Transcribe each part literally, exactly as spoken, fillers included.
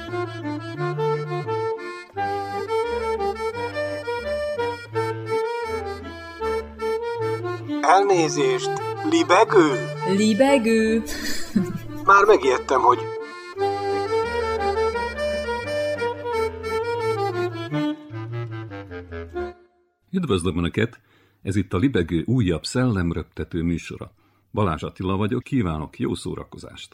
Elnézést, libegő? Libegő? Már megijedtem, hogy... Üdvözlöm Önöket! Ez itt a Libegő újabb szellemröptető műsora. Balázs Attila vagyok, kívánok jó szórakozást!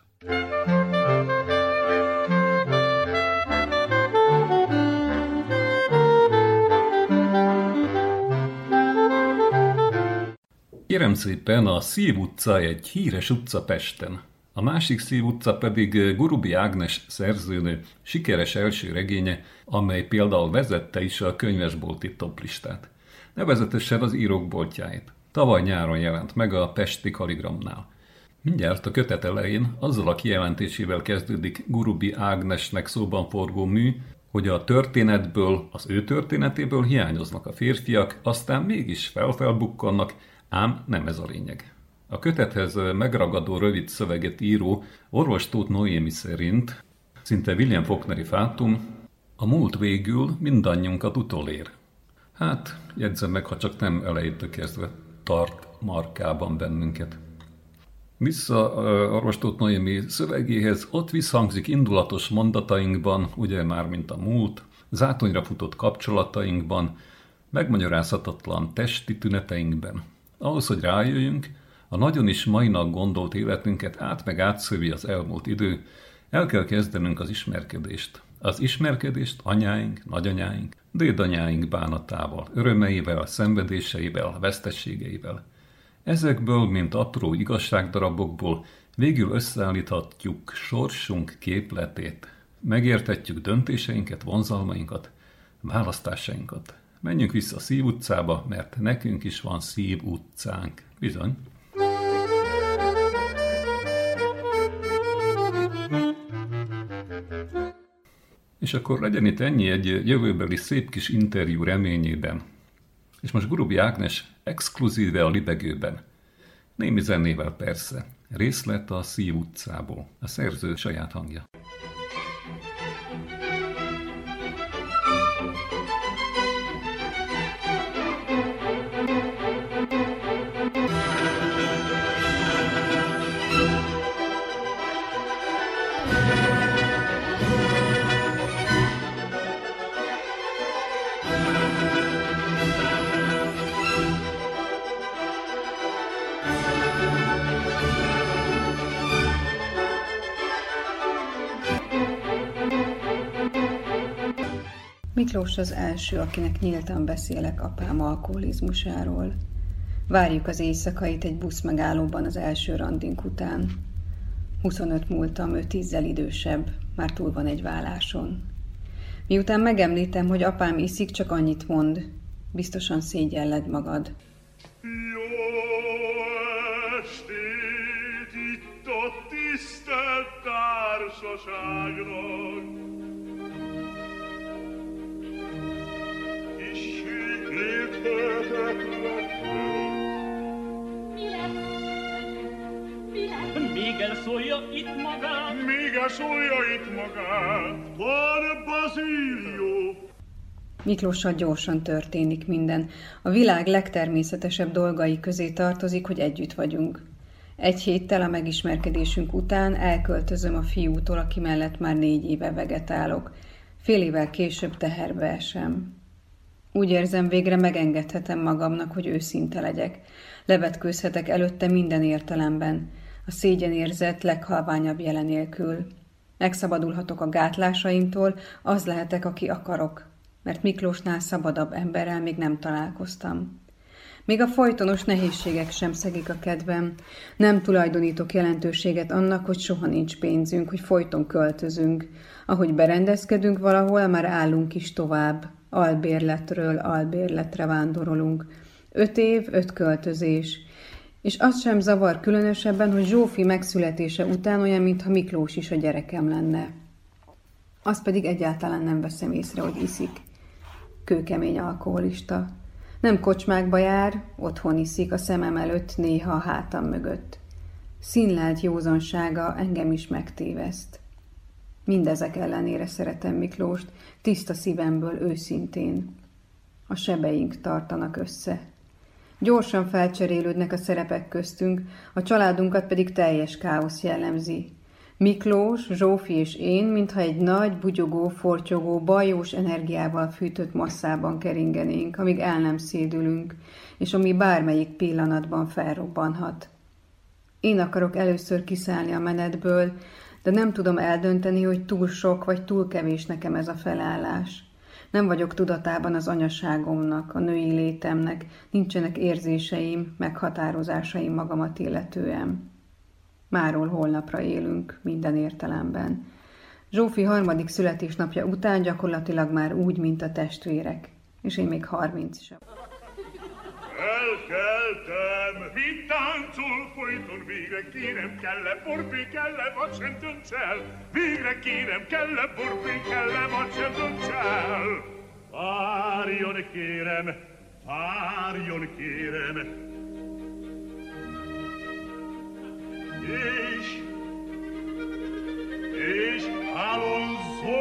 Kérem szépen, a Szív utca egy híres utca Pesten. A másik Szív utca pedig Gurubi Ágnes szerzőnő sikeres első regénye, amely például vezette is a könyvesbolti toplistát. Nevezetesen az Írók boltjáit. Tavaly nyáron jelent meg a Pesti Kaligramnál. Mindjárt a kötet elején azzal a kijelentésével kezdődik Gurubi Ágnesnek szóban forgó mű, hogy a történetből, az ő történetéből hiányoznak a férfiak, aztán mégis felfelbukkannak, ám nem ez a lényeg. A kötethez megragadó rövid szöveget író orvos Tóth Noémi szerint, szinte William Faulkneri fátum, a múlt végül mindannyiunkat utolér. Hát, jegyzem meg, ha csak nem elejétől kezdve tart markában bennünket. Vissza orvos Tóth Noémi szövegéhez, ott visszhangzik indulatos mondatainkban, ugye már mint a múlt, zátonyra futott kapcsolatainkban, megmagyarázhatatlan testi tüneteinkben. Ahhoz, hogy rájöjjünk, a nagyon is mainak gondolt életünket át meg átszövi az elmúlt idő, el kell kezdenünk az ismerkedést. Az ismerkedést anyáink, nagyanyáink, dédanyáink bánatával, örömeivel, szenvedéseivel, vesztességeivel. Ezekből, mint apró igazságdarabokból végül összeállíthatjuk sorsunk képletét. Megérthetjük döntéseinket, vonzalmainkat, választásainkat. Menjünk vissza Szív utcába, mert nekünk is van Szív utcánk. Bizony. És akkor legyen itt ennyi egy jövőbeli szép kis interjú reményében. És most Gurubi Ágnes exkluzíve a Libegőben. Némi zenével persze. Részlet a Szív utcából. A szerző saját hangja. Miklós az első, akinek nyíltan beszélek apám alkoholizmusáról. Várjuk az éjszakait egy buszmegállóban az első randink után. huszonöt múltam, ő tízzel idősebb, már túl van egy válláson. Miután megemlítem, hogy apám iszik, csak annyit mond. Biztosan szégyelled magad. Jó estét itt a tisztelt társaságnak! Még elszólja itt magát, még elszólja itt magát, Don Basilio. Miklóssal gyorsan történik minden. A világ legtermészetesebb dolgai közé tartozik, hogy együtt vagyunk. Egy héttel a megismerkedésünk után elköltözöm a fiútól, aki mellett már négy éve vegetálok. Fél évvel később teherbe esem. Úgy érzem, végre megengedhetem magamnak, hogy őszinte legyek. Levetkőzhetek előtte minden értelemben, a szégyenérzet leghalványabb jele nélkül. Megszabadulhatok a gátlásaimtól, az lehetek, aki akarok, mert Miklósnál szabadabb emberrel még nem találkoztam. Még a folytonos nehézségek sem szegik a kedvem. Nem tulajdonítok jelentőséget annak, hogy soha nincs pénzünk, hogy folyton költözünk. Ahogy berendezkedünk valahol, már állunk is tovább. Albérletről albérletre vándorolunk. Öt év, öt költözés. És az sem zavar különösebben, hogy Zsófi megszületése után olyan, mintha Miklós is a gyerekem lenne. Azt pedig egyáltalán nem veszem észre, hogy iszik. Kőkemény alkoholista. Nem kocsmákba jár, otthon iszik a szemem előtt, néha a hátam mögött. Színlelt józansága engem is megtéveszt. Mindezek ellenére szeretem Miklóst, tiszta szívemből őszintén. A sebeink tartanak össze. Gyorsan felcserélődnek a szerepek köztünk, a családunkat pedig teljes káosz jellemzi. Miklós, Zsófi és én, mintha egy nagy, bugyogó, fortyogó, bajós energiával fűtött masszában keringenénk, amíg el nem szédülünk, és ami bármelyik pillanatban felrobbanhat. Én akarok először kiszállni a menetből, de nem tudom eldönteni, hogy túl sok vagy túl kevés nekem ez a felállás. Nem vagyok tudatában az anyaságomnak, a női létemnek, nincsenek érzéseim, meghatározásaim magamat illetően. Máról holnapra élünk, minden értelemben. Zsófi harmadik születésnapja után gyakorlatilag már úgy, mint a testvérek. És én még harminc sem. Elkeltem, mit táncol folyton, végre kérem, kell-e borbé, kell-e, vagy sem dönts el. Végre kérem, kell-e borbé, kell-e, vagy sem dönts el. Várjon kérem, várjon kérem. És, és Alonso,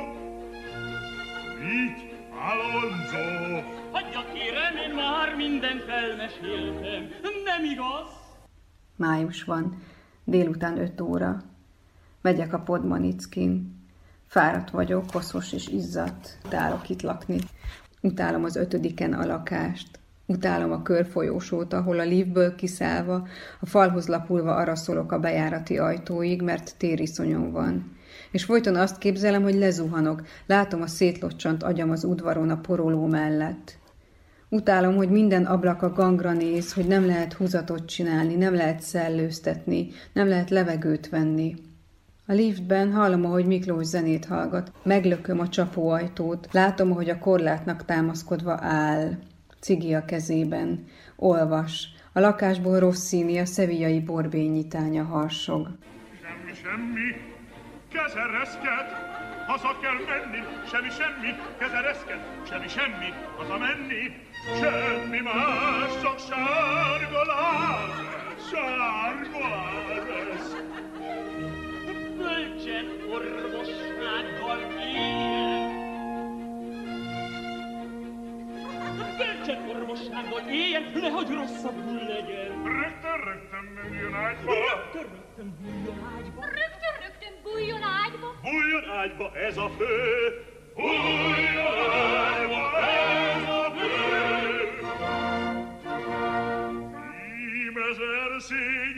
mit Alonso? Hagyja kérem, én már mindent elmeséltem, nem igaz? Május van, délután öt óra. Megyek a Podmanickin. Fáradt vagyok, koszos és izzadt. Utálok itt lakni. Utálom az ötödiken a lakást. Utálom a körfolyósót, ahol a liftből kiszállva, a falhoz lapulva araszolok a bejárati ajtóig, mert tériszonyom van. És folyton azt képzelem, hogy lezuhanok, látom a szétlocsant agyam az udvaron a poroló mellett. Utálom, hogy minden ablak a gangra néz, hogy nem lehet húzatot csinálni, nem lehet szellőztetni, nem lehet levegőt venni. A liftben hallom, ahogy Miklós zenét hallgat. Meglököm a csapóajtót, látom, ahogy a korlátnak támaszkodva áll. Cigi a kezében. Olvas. A lakásból Rossini, a szevillai borbélynyitánya harsog. Semmi, semmi, kezereszked, haza kell menni, semmi, semmi, kezereszked, semmi, semmi, haza menni, semmi más, csak sárga láz, sárga láz. Bölcsen orvossággal éljen. Bölcsen orvossággal éljen, nehogy rosszabbul legyen. Rögtön, rögtön menjön ágyba. Rögtön, rögtön bújjon ágyba. Rögtön, rögtön bújjon ágyba. Bújjon ágyba, ez a fő. Bújjon ágyba, ez a fő. Ímezer szény.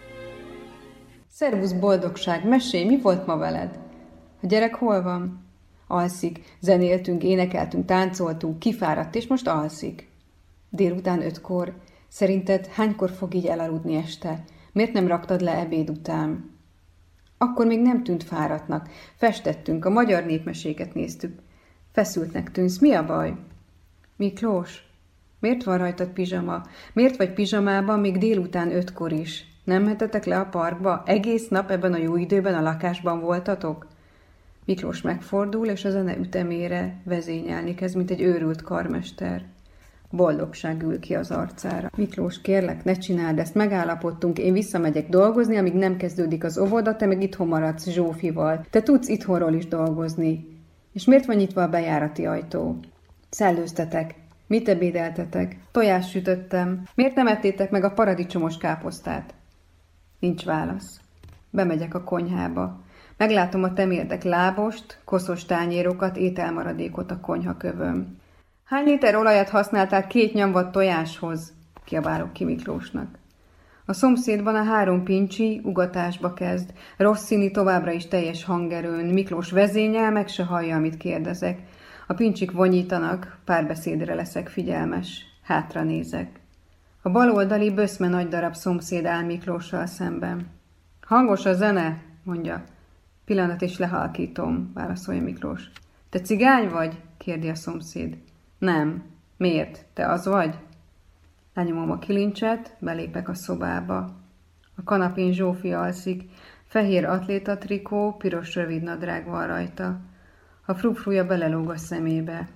Szervusz, boldogság, mesélj, mi volt ma veled? A gyerek hol van? Alszik, zenéltünk, énekeltünk, táncoltunk, kifáradt, és most alszik. Délután ötkor. Szerinted hánykor fog így elaludni este? Miért nem raktad le ebéd után? Akkor még nem tűnt fáradtnak. Festettünk, a magyar népmeséket néztük. Feszültnek tűnsz, mi a baj? Miklós, miért van rajtad pizsama? Miért vagy pizsamában még délután ötkor is? Nem mehetetek le a parkba? Egész nap ebben a jó időben a lakásban voltatok? Miklós megfordul, és a zene ütemére vezényelni kezd, mint egy őrült karmester. Boldogság ül ki az arcára. Miklós, kérlek, ne csináld ezt, megállapodtunk, én visszamegyek dolgozni, amíg nem kezdődik az óvoda, te meg itthon maradsz Zsófival. Te tudsz itthonról is dolgozni. És miért van nyitva a bejárati ajtó? Szellőztetek. Mit ebédeltetek? Tojást sütöttem. Miért nem ettétek meg a paradicsomos káposztát? Nincs válasz. Bemegyek a konyhába. Meglátom a temérdek lábost, koszos tányérokat, ételmaradékot a konyhakövön. Hány liter olajat használtál két nyomvat tojáshoz? Kiabálok ki Miklósnak. A szomszédban a három pincsi ugatásba kezd. Rossini továbbra is teljes hangerőn. Miklós vezényel, meg se hallja, amit kérdezek. A pincsik vonyítanak, párbeszédre leszek figyelmes. Hátra nézek. A baloldali böszme nagy darab szomszéd áll Miklóssal szemben. Hangos a zene, mondja. Pillanat és lehalkítom, válaszolja Miklós. Te cigány vagy? Kérdi a szomszéd. Nem. Miért? Te az vagy? Lenyomom a kilincset, belépek a szobába. A kanapén Zsófi alszik, fehér atléta trikó, piros rövid nadrág van rajta. A frufruja belelóg a szemébe.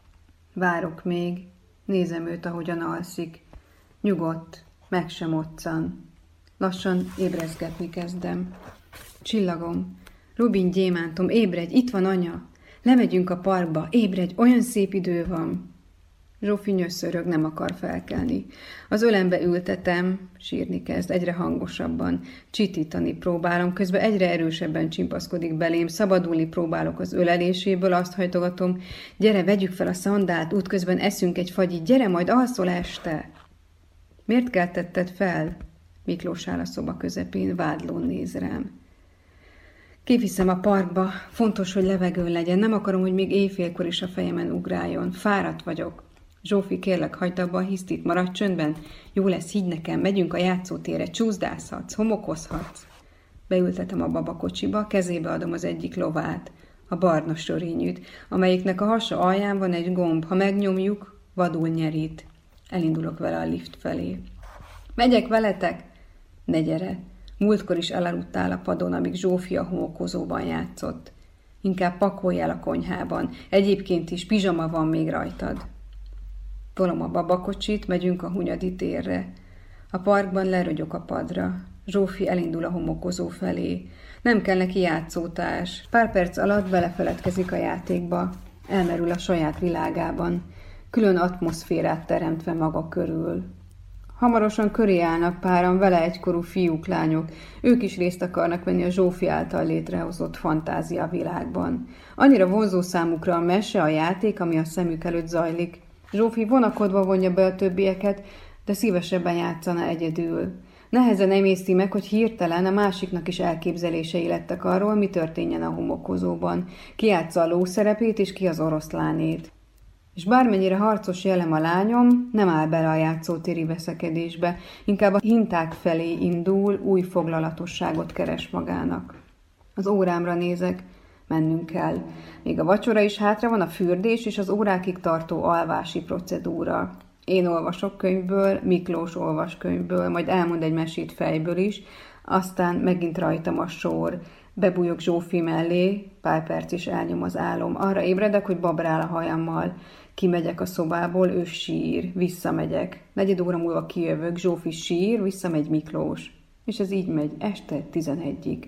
Várok még, nézem őt, ahogyan alszik. Nyugodt, meg sem moccan. Lassan ébrezgetni kezdem. Csillagom, Rubin gyémántom, ébredj, itt van anya! Lemegyünk a parkba, ébredj, olyan szép idő van! Zsófi nyöszörög, nem akar felkelni. Az ölembe ültetem, sírni kezd, egyre hangosabban. Csitítani próbálom, közben egyre erősebben csimpaszkodik belém, szabadulni próbálok az öleléséből, azt hajtogatom, gyere, vegyük fel a szandált, útközben eszünk egy fagyit, gyere, majd alszol este! Miért keltetted fel? Miklós áll a szoba közepén, vádlón néz rám. Kiviszem a parkba, fontos, hogy levegőn legyen, nem akarom, hogy még éjfélkor is a fejemen ugráljon, fáradt vagyok. Zsófi, kérlek, hagyd abba a hisztit, maradj csöndben. Jó lesz, higgy nekem, megyünk a játszótérre, csúszdázhatsz, homokozhatsz. Beültetem a babakocsiba, kezébe adom az egyik lovát, a barna sörényűt, amelyiknek a hasa alján van egy gomb, ha megnyomjuk, vadul nyerít. Elindulok vele a lift felé. Megyek veletek? Ne gyere. Múltkor is elaludtál a padon, amíg Zsófi a homokozóban játszott. Inkább pakolj el a konyhában, egyébként is pizsama van még rajtad. Tolom a babakocsit, megyünk a Hunyadi térre. A parkban lerögyök a padra. Zsófi elindul a homokozó felé. Nem kell neki játszótárs. Pár perc alatt belefeledkezik a játékba. Elmerül a saját világában. Külön atmoszférát teremtve maga körül. Hamarosan köré állnak páran vele egykorú fiúk, lányok. Ők is részt akarnak venni a Zsófi által létrehozott fantázia világban. Annyira vonzó számukra a mese, a játék, ami a szemük előtt zajlik. Zsófi vonakodva vonja be a többieket, de szívesebben játszana egyedül. Nehezen emészti meg, hogy hirtelen a másiknak is elképzelései lettek arról, mi történjen a homokozóban. Ki játsza a ló szerepét, és ki az oroszlánét. És bármennyire harcos jelem a lányom, nem áll bele a játszótéri veszekedésbe, inkább a hinták felé indul, új foglalatosságot keres magának. Az órámra nézek, mennünk kell. Még a vacsora is hátra van, a fürdés és az órákig tartó alvási procedúra. Én olvasok könyvből, Miklós olvas könyvből, majd elmond egy mesét fejből is, aztán megint rajtam a sor. Bebújok Zsófi mellé, pár perc is elnyom az álom. Arra ébredek, hogy babrál a hajammal. Kimegyek a szobából, ő sír, visszamegyek. Negyed óra múlva kijövök, Zsófi sír, visszamegy Miklós. És ez így megy, este tizenegyig.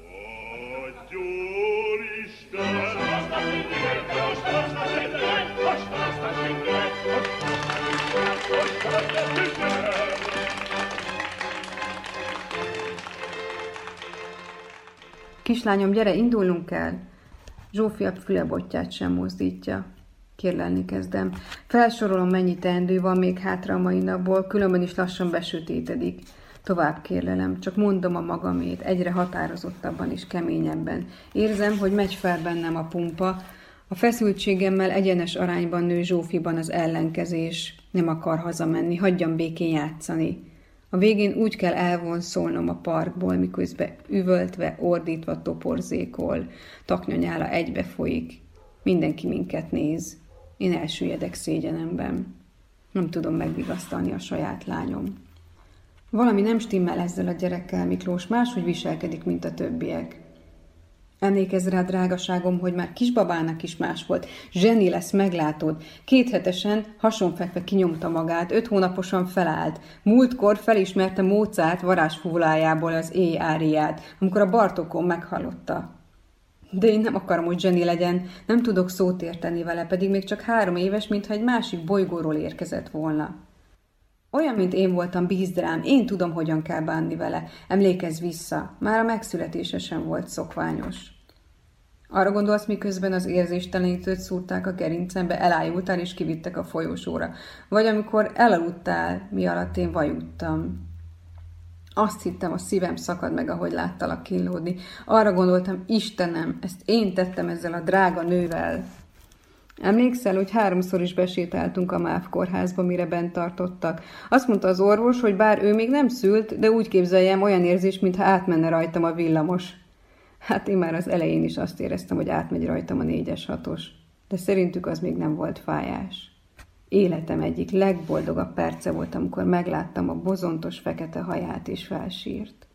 Kislányom, gyere, indulnunk kell. Zsófi a fülebottyát sem mozdítja. Kérlelni kezdem. Felsorolom, mennyi teendő van még hátra a mai napból, különben is lassan besötétedik. Tovább kérlelem, csak mondom a magamét, egyre határozottabban és keményebben. Érzem, hogy megy fel bennem a pumpa. A feszültségemmel egyenes arányban nő Zsófiban az ellenkezés. Nem akar hazamenni, hagyjam békén játszani. A végén úgy kell elvonszolnom a parkból, miközben üvöltve, ordítva toporzékol. Taknyanyála egybe folyik. Mindenki minket néz. Én elsüllyedek szégyenemben. Nem tudom megvigasztalni a saját lányom. Valami nem stimmel ezzel a gyerekkel, Miklós, máshogy viselkedik, mint a többiek. Emlékezz rá, drágaságom, hogy már kisbabának is más volt. Zseni lesz, meglátod. Kéthetesen hasonfekve kinyomta magát, öt hónaposan felállt. Múltkor felismerte Mozart varázsfúvolájából az éj áriát, amikor a Bartókon meghallotta. De én nem akarom, hogy Zseni legyen, nem tudok szót érteni vele, pedig még csak három éves, mintha egy másik bolygóról érkezett volna. Olyan, mint én voltam, bízd rám, én tudom, hogyan kell bánni vele. Emlékezz vissza, már a megszületése sem volt szokványos. Arra gondolsz, miközben az érzéstelenítőt szúrták a gerincembe, elájultál és kivittek a folyosóra. Vagy amikor elaludtál, mi alatt én vajudtam. Azt hittem, a szívem szakad meg, ahogy láttalak kínlódni. Arra gondoltam, Istenem, ezt én tettem ezzel a drága nővel. Emlékszel, hogy háromszor is besétáltunk a MÁV kórházba, mire bent tartottak? Azt mondta az orvos, hogy bár ő még nem szült, de úgy képzeljem, olyan érzés, mintha átmenne rajtam a villamos. Hát én már az elején is azt éreztem, hogy átmegy rajtam a négyes hatos. De szerintük az még nem volt fájás. Életem egyik legboldogabb perce volt, amikor megláttam a bozontos fekete haját, és felsírt.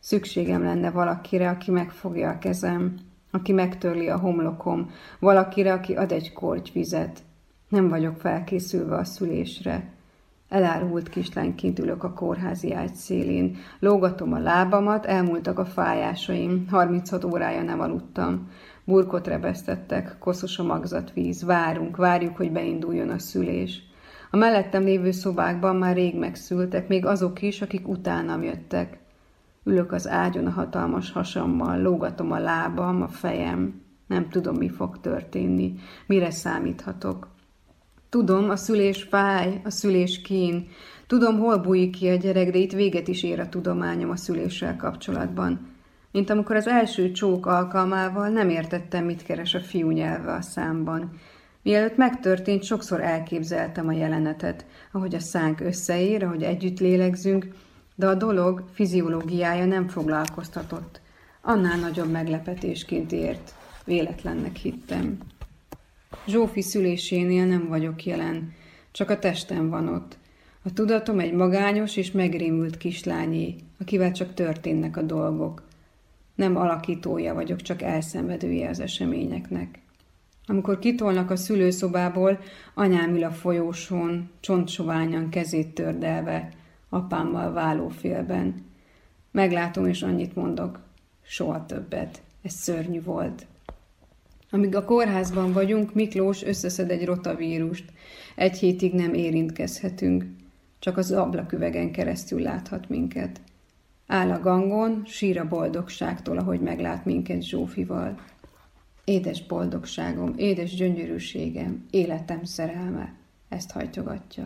Szükségem lenne valakire, aki megfogja a kezem, aki megtörli a homlokom, valakire, aki ad egy korty vizet. Nem vagyok felkészülve a szülésre. Elárult kislányként ülök a kórházi ágy szélén. Lógatom a lábamat, elmúltak a fájásaim. harminchat órája nem aludtam. Burkot rebesztettek, koszos a magzatvíz. Várunk, várjuk, hogy beinduljon a szülés. A mellettem lévő szobákban már rég megszültek, még azok is, akik utánam jöttek. Ülök az ágyon a hatalmas hasammal, lógatom a lábam, a fejem. Nem tudom, mi fog történni, mire számíthatok. Tudom, a szülés fáj, a szülés kín. Tudom, hol bújik ki a gyerek, de itt véget is ér a tudományom a szüléssel kapcsolatban. Mint amikor az első csók alkalmával nem értettem, mit keres a fiú nyelve a számban. Mielőtt megtörtént, sokszor elképzeltem a jelenetet, ahogy a szánk összeér, ahogy együtt lélegzünk, de a dolog fiziológiája nem foglalkoztatott. Annál nagyobb meglepetésként ért. Véletlennek hittem. Zsófi szülésénél nem vagyok jelen, csak a testem van ott. A tudatom egy magányos és megrémült kislányé, akivel csak történnek a dolgok. Nem alakítója vagyok, csak elszenvedője az eseményeknek. Amikor kitolnak a szülőszobából, anyám ül a folyósón, csontsoványan kezét tördelve, apámmal válófélben. Meglátom, és annyit mondok, soha többet. Ez szörnyű volt. Amíg a kórházban vagyunk, Miklós összeszed egy rotavírust. Egy hétig nem érintkezhetünk, csak az ablaküvegen keresztül láthat minket. Áll a gangon, sír a boldogságtól, ahogy meglát minket Zsófival. Édes boldogságom, édes gyönyörűségem, életem szerelme, ezt hajtogatja.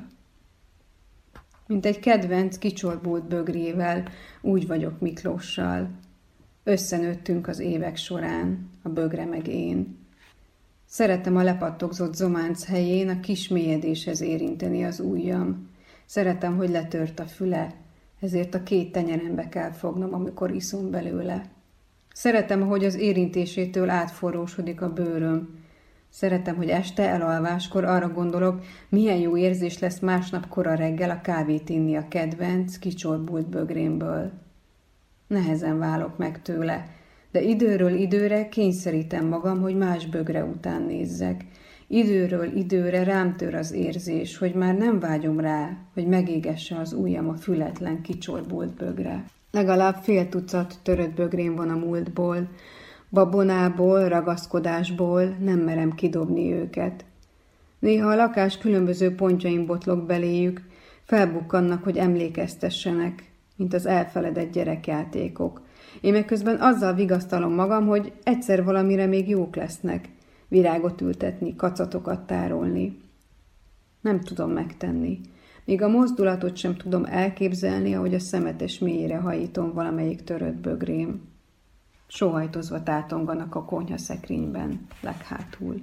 Mint egy kedvenc, kicsorbult bögrével, úgy vagyok Miklóssal. Összenőttünk az évek során, a bögre meg én. Szeretem a lepattogzott zománc helyén a kis mélyedéshez érinteni az ujjam. Szeretem, hogy letört a füle, ezért a két tenyerembe kell fognom, amikor iszom belőle. Szeretem, ahogy az érintésétől átforrósodik a bőröm. Szeretem, hogy este elalváskor arra gondolok, milyen jó érzés lesz másnap kora reggel a kávét inni a kedvenc, kicsorbult bögrémből. Nehezen válok meg tőle, de időről időre kényszerítem magam, hogy más bögre után nézzek. Időről időre rám tör az érzés, hogy már nem vágyom rá, hogy megégesse az ujjam a fületlen, kicsorbult bögre. Legalább fél tucat törött bögrém van a múltból, babonából, ragaszkodásból, nem merem kidobni őket. Néha a lakás különböző pontjain botlok beléjük, felbukkannak, hogy emlékeztessenek, mint az elfeledett gyerekjátékok. Én meg közben azzal vigasztalom magam, hogy egyszer valamire még jók lesznek, virágot ültetni, kacatokat tárolni. Nem tudom megtenni. Még a mozdulatot sem tudom elképzelni, ahogy a szemetes mélyére hajítom valamelyik törött bögrém. Sóhajtozva tátonganak a konyhaszekrényben, leghátul.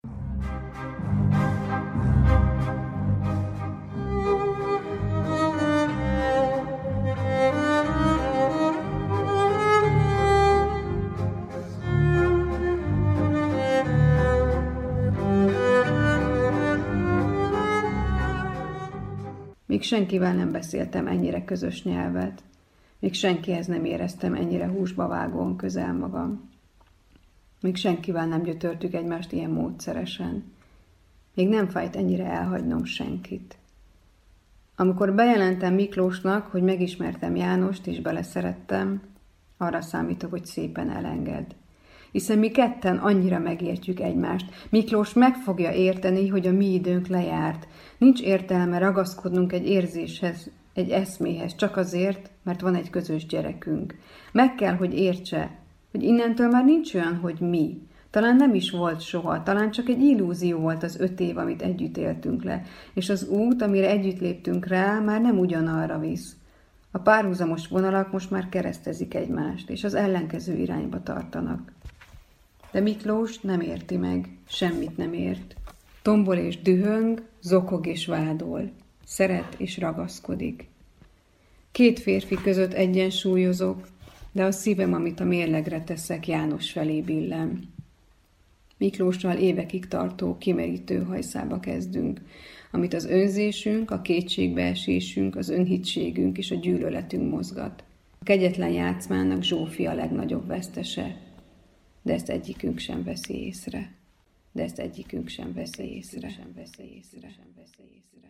Még senkivel nem beszéltem ennyire közös nyelvet. Még senkihez nem éreztem ennyire húsba vágóan közel magam. Még senkivel nem gyötörtük egymást ilyen módszeresen. Még nem fájt ennyire elhagynom senkit. Amikor bejelentem Miklósnak, hogy megismertem Jánost és beleszerettem, arra számítok, hogy szépen elenged. Hiszen mi ketten annyira megértjük egymást. Miklós meg fogja érteni, hogy a mi időnk lejárt. Nincs értelme ragaszkodnunk egy érzéshez, egy eszméhez, csak azért, mert van egy közös gyerekünk. Meg kell, hogy értse, hogy innentől már nincs olyan, hogy mi. Talán nem is volt soha, talán csak egy illúzió volt az öt év, amit együtt éltünk le, és az út, amire együtt léptünk rá, már nem ugyanarra visz. A párhuzamos vonalak most már keresztezik egymást, és az ellenkező irányba tartanak. De Miklós nem érti meg, semmit nem ért. Tombol és dühöng, zokog és vádol, szeret és ragaszkodik. Két férfi között egyensúlyozok, de a szívem, amit a mérlegre teszek, János felé billem. Miklóssal évekig tartó, kimerítő hajszába kezdünk, amit az önzésünk, a kétségbeesésünk, az önhitségünk és a gyűlöletünk mozgat. A kegyetlen játszmának Zsófi a legnagyobb vesztese, de ezt egyikünk sem veszi észre. De ezt egyikünk sem veszi észre. Sem veszi észre. Sem veszi észre.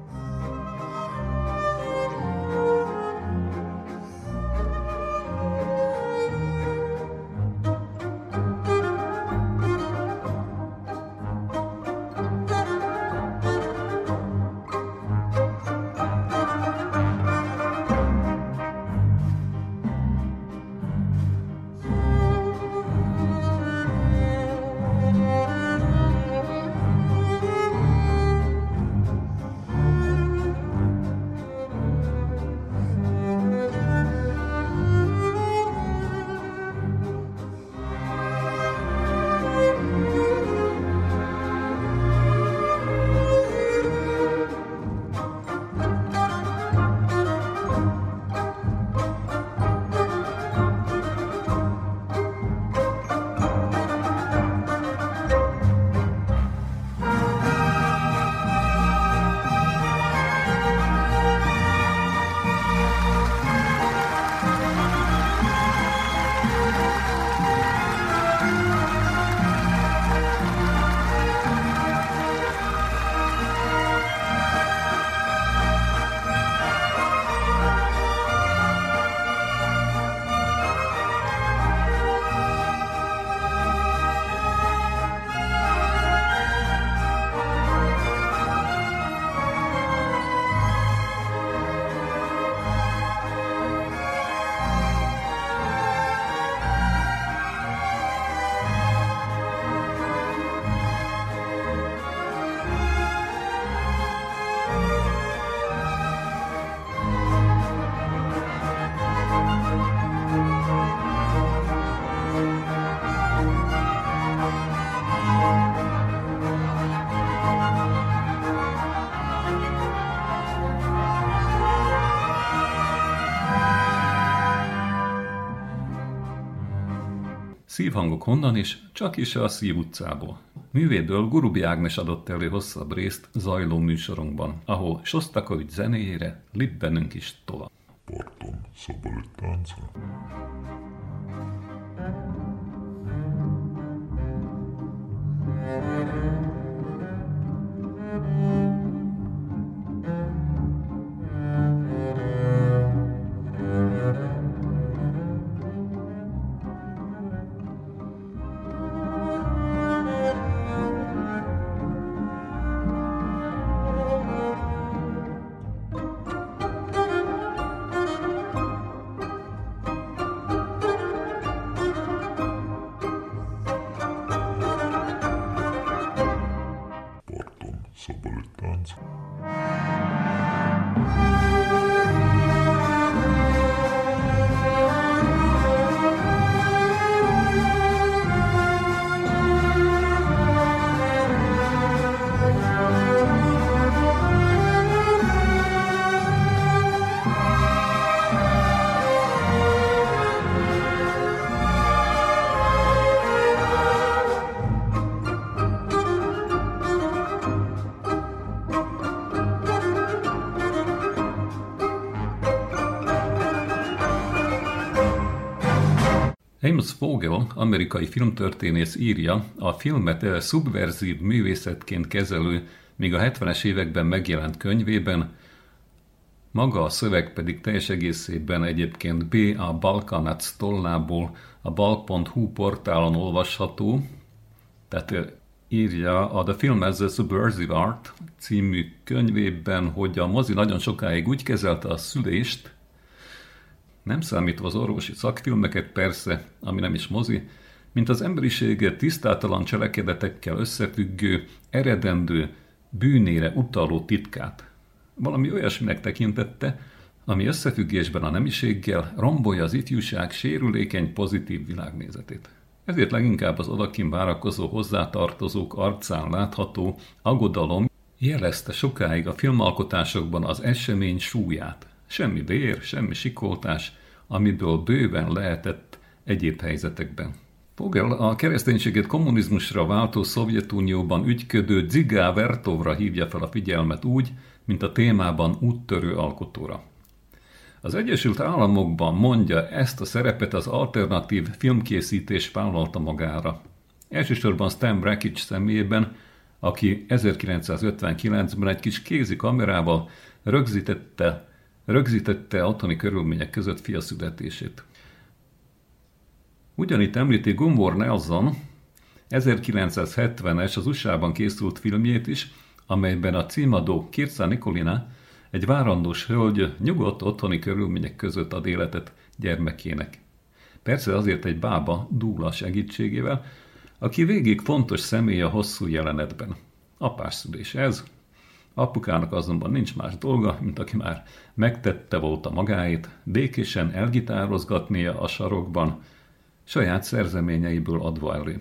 Szívhangok honnan is, csak is a Szív utcából. Művédől Gurubi Ágnes adott elő hosszabb részt zajló műsorunkban, ahol Sosztakovics zenéjére libbenünk is tovább. Parton szabad tánca. Szabad tánca. Amos Vogel, amerikai filmtörténész írja, a filmet szubverzív művészetként kezelő, még a hetvenes években megjelent könyvében, maga a szöveg pedig teljes egészében egyébként B. A. Balkanac tollából a balk pont hu portálon olvasható, tehát írja a The Film as a Subversive Art című könyvében, hogy a mozi nagyon sokáig úgy kezelte a szülést, nem számítva az orvosi szakfilmeket persze, ami nem is mozi, mint az emberiség tisztátalan cselekedetekkel összefüggő, eredendő, bűnére utaló titkát. Valami olyasminek tekintette, ami összefüggésben a nemiséggel rombolja az ifjúság sérülékeny pozitív világnézetét. Ezért leginkább az odakin várakozó hozzátartozók arcán látható aggodalom jelezte sokáig a filmalkotásokban az esemény súlyát. Semmi vér, semmi sikoltás, amiből bőven lehetett egyéb helyzetekben. Vogel a kereszténységet kommunizmusra váltó Szovjetunióban ügyködő Dzigá Vertovra hívja fel a figyelmet úgy, mint a témában úttörő alkotóra. Az Egyesült Államokban, mondja, ezt a szerepet az alternatív filmkészítés vállalta magára. Elsősorban Stan Brakhage személyében, aki ezerkilencszázötvenkilencben egy kis kézi kamerával rögzítette, rögzítette otthoni körülmények között fia születését. Ugyanitt említi Gunvor Nelson ezerkilencszázhetvenes az u es á-ban készült filmjét is, amelyben a címadó Kirsa Nikolina, egy várandós hölgy nyugodt otthoni körülmények között ad életet gyermekének. Persze azért egy bába dúla segítségével, aki végig fontos személy a hosszú jelenetben. Apásszülés ez. Apukának azonban nincs más dolga, mint aki már megtette volna magáét, békésen elgitározgatnia a sarokban, saját szerzeményeiből adva elő.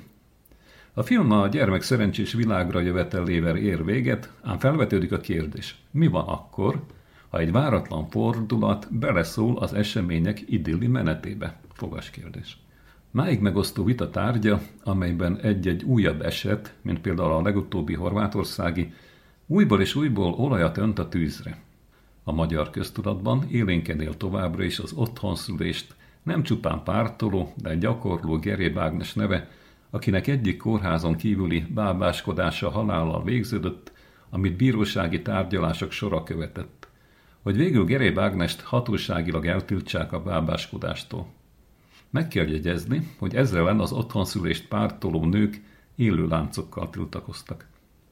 A film a gyermek szerencsés világra jövetelével ér véget, ám felvetődik a kérdés, mi van akkor, ha egy váratlan fordulat beleszól az események idilli menetébe? Fogas kérdés. Máig megosztó vita tárgya, amelyben egy-egy újabb eset, mint például a legutóbbi horvátországi, újból és újból olajat önt a tűzre. A magyar köztudatban élénken él továbbra is az otthonszülést nem csupán pártoló, de gyakorló Geréb Ágnes neve, akinek egyik kórházon kívüli bábáskodása halállal végződött, amit bírósági tárgyalások sora követett, hogy végül Geréb Ágnest hatóságilag eltiltsák a bábáskodástól. Meg kell jegyezni, hogy ezzel ellen az otthonszülést pártoló nők élő láncokkal tiltakoztak.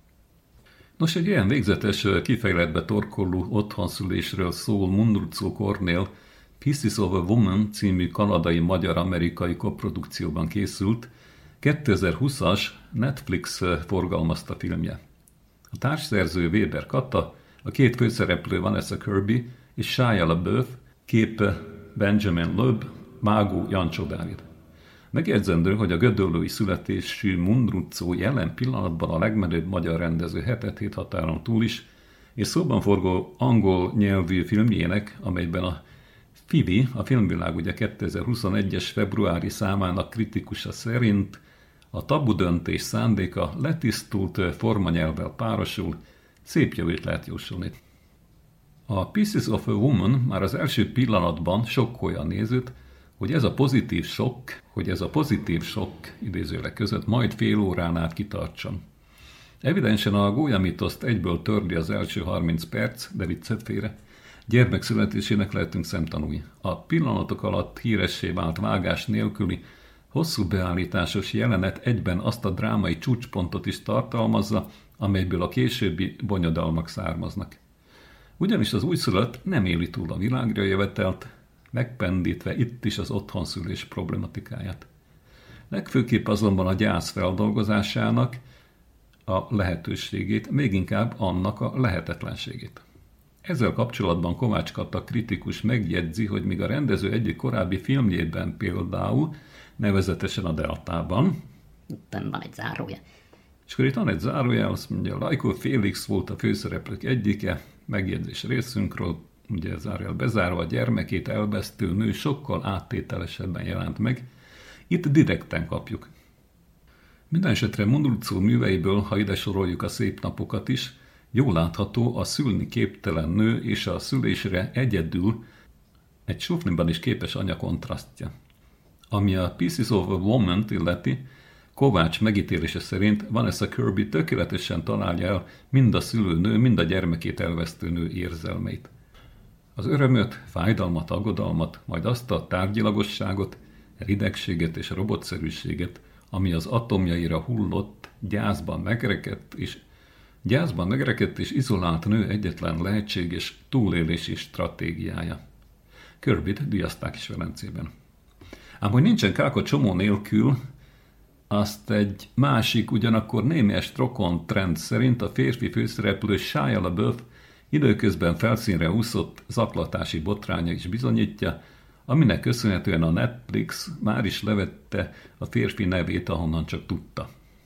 Nos, egy ilyen végzetes, kifejletbe torkolló otthonszülésről szól Mundruczó Kornél Pieces of a Woman című kanadai-magyar-amerikai koprodukcióban készült, kétezer-húszas Netflix forgalmazta filmje. A társszerző Weber Kata, a két főszereplő Vanessa Kirby és Shia LaBeouf, képe Benjamin Loeb, vágó Jancsó Dávid. Megjegyzendő, hogy a gödöllői születésű Mundruczó jelen pillanatban a legmenőbb magyar rendező hetet-hét határon túl is, és szóban forgó angol nyelvű filmjének, amelyben a Fivi, a Filmvilág ugye kétezer-huszonegyes februári számának kritikusa szerint a tabu döntés szándéka letisztult formanyelvvel párosul, szép jövőt lehet jósolni. A Pieces of a Woman már az első pillanatban sokkolja a nézőt, hogy ez a pozitív sok, hogy ez a pozitív sok idézőjelek között majd fél órán át kitartson. Evidensen a gólyamitoszt egyből törli az első harminc perc, de viccet félre. Gyermek születésének lehetünk szemtanúi. A pillanatok alatt híressé vált vágás nélküli, hosszú beállításos jelenet egyben azt a drámai csúcspontot is tartalmazza, amelyből a későbbi bonyodalmak származnak. Ugyanis az újszülött nem éli túl a világra jövetelt, megpendítve itt is az otthonszülés problematikáját. Legfőképp azonban a gyász feldolgozásának a lehetőségét, még inkább annak a lehetetlenségét. Ezzel kapcsolatban Kovács Kata kritikus megjegyzi, hogy míg a rendező egyik korábbi filmjében például, nevezetesen a Deltában, Utána van egy zárója. és akkor itt van egy zárója, azt mondja, Lajkó Félix volt a főszereplők egyike, megjegyzés részünkről, ugye zárójel bezárva, a gyermekét elvesztő nő sokkal áttételesebben jelent meg, itt direkten kapjuk. Mindenesetre Mundruczó műveiből, ha ide soroljuk a szép napokat is, jól látható a szülni képtelen nő és a szülésre egyedül egy sufniban is képes anya kontrasztja. Ami a Pieces of a Woman-t illeti, Kovács megítélése szerint Vanessa Kirby tökéletesen találja el mind a szülőnő, mind a gyermekét elvesztő nő érzelmeit. Az örömöt, fájdalmat, aggodalmat, majd azt a tárgyilagosságot, ridegséget és robotszerűséget, ami az atomjaira hullott, gyászban megrekedt és gyászban megrekedt és izolált nő egyetlen lehetséges túlélési stratégiája. Kirbyt díjazták is Velencében. Ám hogy nincsen káka csomó nélkül, azt egy másik, ugyanakkor némiest rokon trend szerint a férfi főszereplő Shia LaBeouf időközben felszínre úszott zaklatási botránya is bizonyítja, aminek köszönhetően a Netflix már is levette a férfi nevét, ahonnan csak tudta.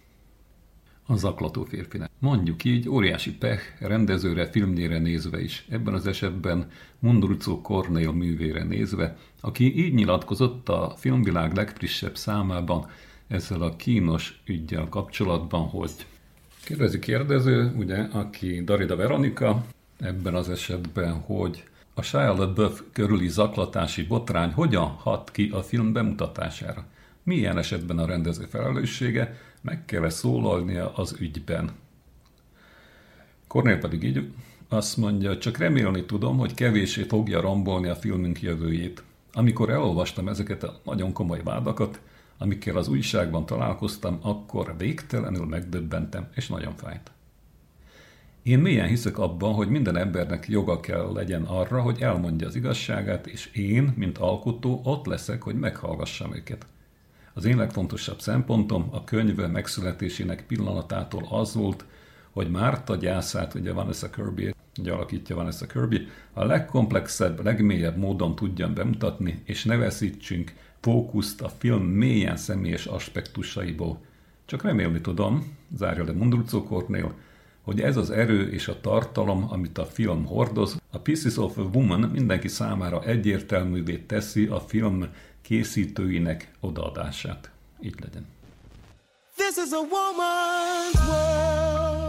A zaklató férfinek. Mondjuk így, óriási pech rendezőre, filmjére nézve is, ebben az esetben Mundruczó Kornél művére nézve, aki így nyilatkozott a Filmvilág legfrissebb számában ezzel a kínos üggyel kapcsolatban, hogy kérdezi kérdező, ugye, aki Darida Veronika, ebben az esetben, hogy A Shia LaBeouf körüli zaklatási botrány hogyan hat ki a film bemutatására? Milyen esetben a rendező felelőssége, meg kell szólalnia az ügyben? Cornél pedig így azt mondja, csak remélni tudom, hogy kevéssé fogja rombolni a filmünk jövőjét. Amikor elolvastam ezeket a nagyon komoly vádakat, amikkel az újságban találkoztam, akkor végtelenül megdöbbentem, és nagyon fájt. Én mélyen hiszek abban, hogy minden embernek joga kell legyen arra, hogy elmondja az igazságát, és én, mint alkotó, ott leszek, hogy meghallgassam őket. Az én legfontosabb szempontom a könyv megszületésének pillanatától az volt, hogy Márta gyászát, ugye Vanessa Kirby, ugye alakítja Vanessa Kirby, a legkomplexebb, legmélyebb módon tudjam bemutatni, és ne veszítsünk fókuszt a film mélyen személyes aspektusaiból. Csak remélni tudom, zárja le Mundruczó Cornél, hogy ez az erő és a tartalom, amit a film hordoz, a Pieces of a Woman mindenki számára egyértelművé teszi a film készítőinek odaadását. Így legyen. This is a woman's world.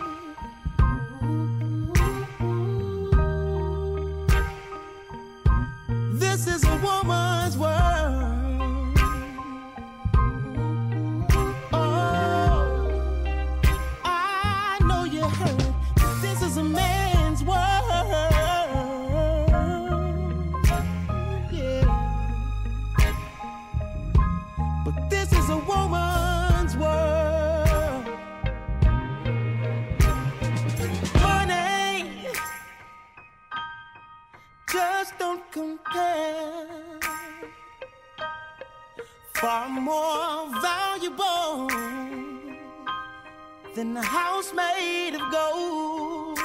This is a woman's world. Oh, I know you heard. This is a man's world. Yeah. But this is a woman's world. Money just don't compare. Far more valuable than a house made of gold.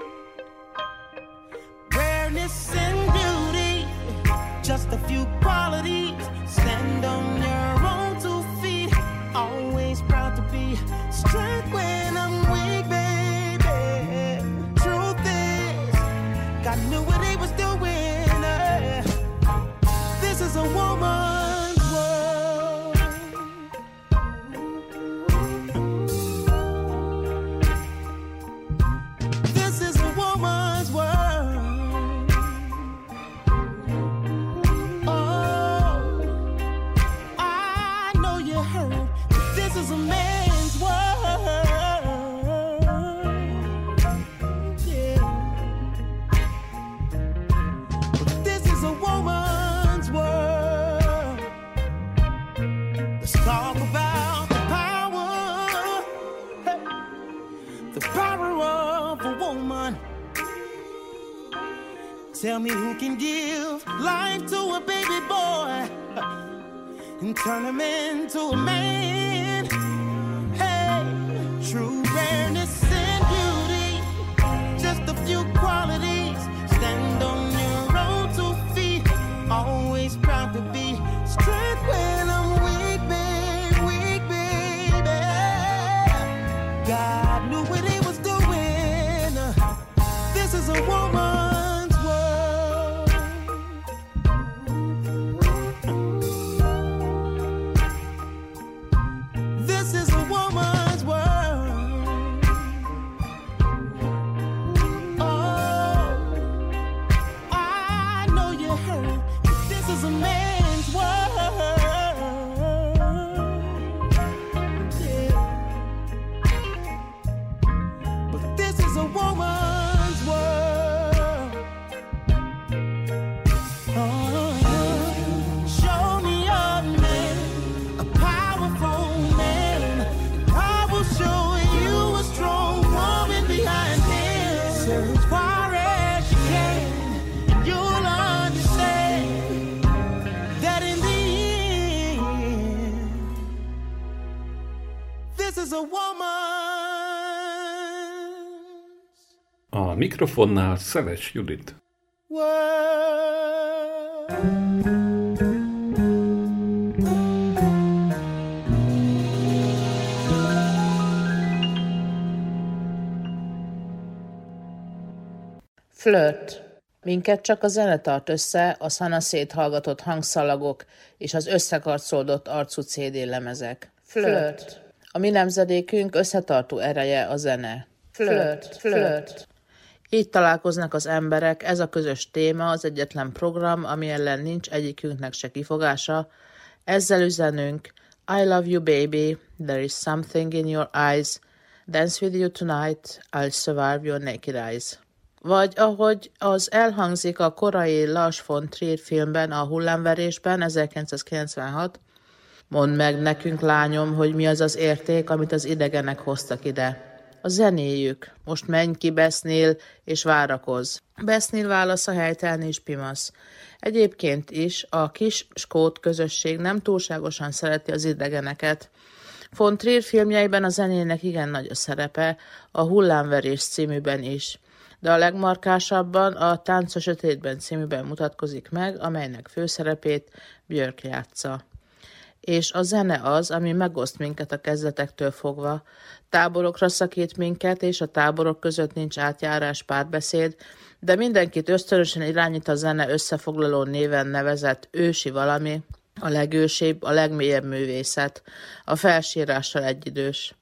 Rareness and beauty, just a few qualities. Stand on your own two feet. Always proud to be strength when I'm weak, baby. Truth is, God knew what he was doing. uh. This is a woman's world. This is a woman's world. Oh, I know you heard. This is a man's world. Yeah. But this is a woman's world. Let's talk about the power, hey, the power of a woman. Tell me who can give life to a baby boy and turn him into a man. Hey, true rareness and beauty, just a few qualities. Stand on your own two feet. Always proud to be strength when I'm weak, baby, weak, baby. God knew what he was doing. This is a woman's world. This is a woman's world. Oh, I know you heard. This is a man's world. Yeah. But this is a woman's world. Oh, show me a man, a powerful man. I will show you a strong woman behind him. Search far as you can, and you'll understand that in the end, this is a woman's A mikrofonnál Szeles Judit. world. Flirt. Minket csak a zene tart össze, a szanaszét hallgatott hangszalagok és az összekarcoldott arcú cé dé lemezek. Flirt. A mi nemzedékünk összetartó ereje a zene. Flirt. Flirt. Így találkoznak az emberek, ez a közös téma, az egyetlen program, ami ellen nincs egyikünknek se kifogása. Ezzel üzenünk: I love you baby, there is something in your eyes, dance with you tonight, I'll survive your naked eyes. Vagy ahogy az elhangzik a korai Lars von Trier filmben, a Hullámverésben, ezerkilencszázkilencvenhat, mondd meg nekünk, lányom, hogy mi az az érték, amit az idegenek hoztak ide. A zenéjük. Most menj ki, Besznél, és várakozz. Besznél válasz a helytelen és pimasz. Egyébként is a kis skót közösség nem túlságosan szereti az idegeneket. Von Trier filmjeiben a zenének igen nagy a szerepe, a Hullámverés címűben is. De a legmarkásabban a Tánc a sötétben címűben mutatkozik meg, amelynek főszerepét Björk játsza. És a zene az, ami megoszt minket a kezdetektől fogva. Táborokra szakít minket, és a táborok között nincs átjárás, párbeszéd, de mindenkit ösztönösen irányít a zene összefoglaló néven nevezett ősi valami, a legősibb, a legmélyebb művészet, a felsírással egyidős.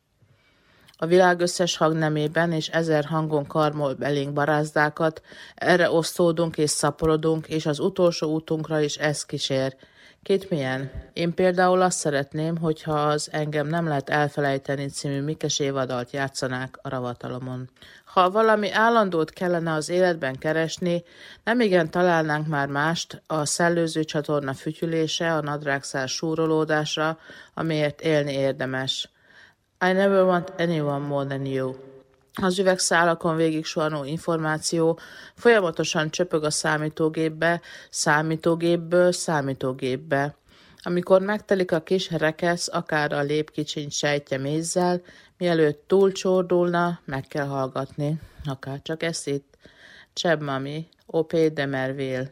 A világ összes hangnemében és ezer hangon karmol belénk barázdákat, erre osztódunk és szaporodunk, és az utolsó útunkra is ez kísér. Két milyen? Én például azt szeretném, hogyha az Engem nem lehet elfelejteni című Mikes évadalt játszanák a ravatalomon. Ha valami állandót kellene az életben keresni, nemigen találnánk már mást, a szellőző csatorna fütyülése, a nadrágszár súrolódása, amiért élni érdemes. I never want anyone more than you. Az üvegszálakon végig suhanó információ folyamatosan csöpög a számítógépbe, számítógépből számítógépbe. Amikor megtelik a kis rekesz, akár a lépkicsiny sejtje mézzel, mielőtt túlcsordulna, meg kell hallgatni. Akár csak ezt itt. Csebmami, Opé de Merville.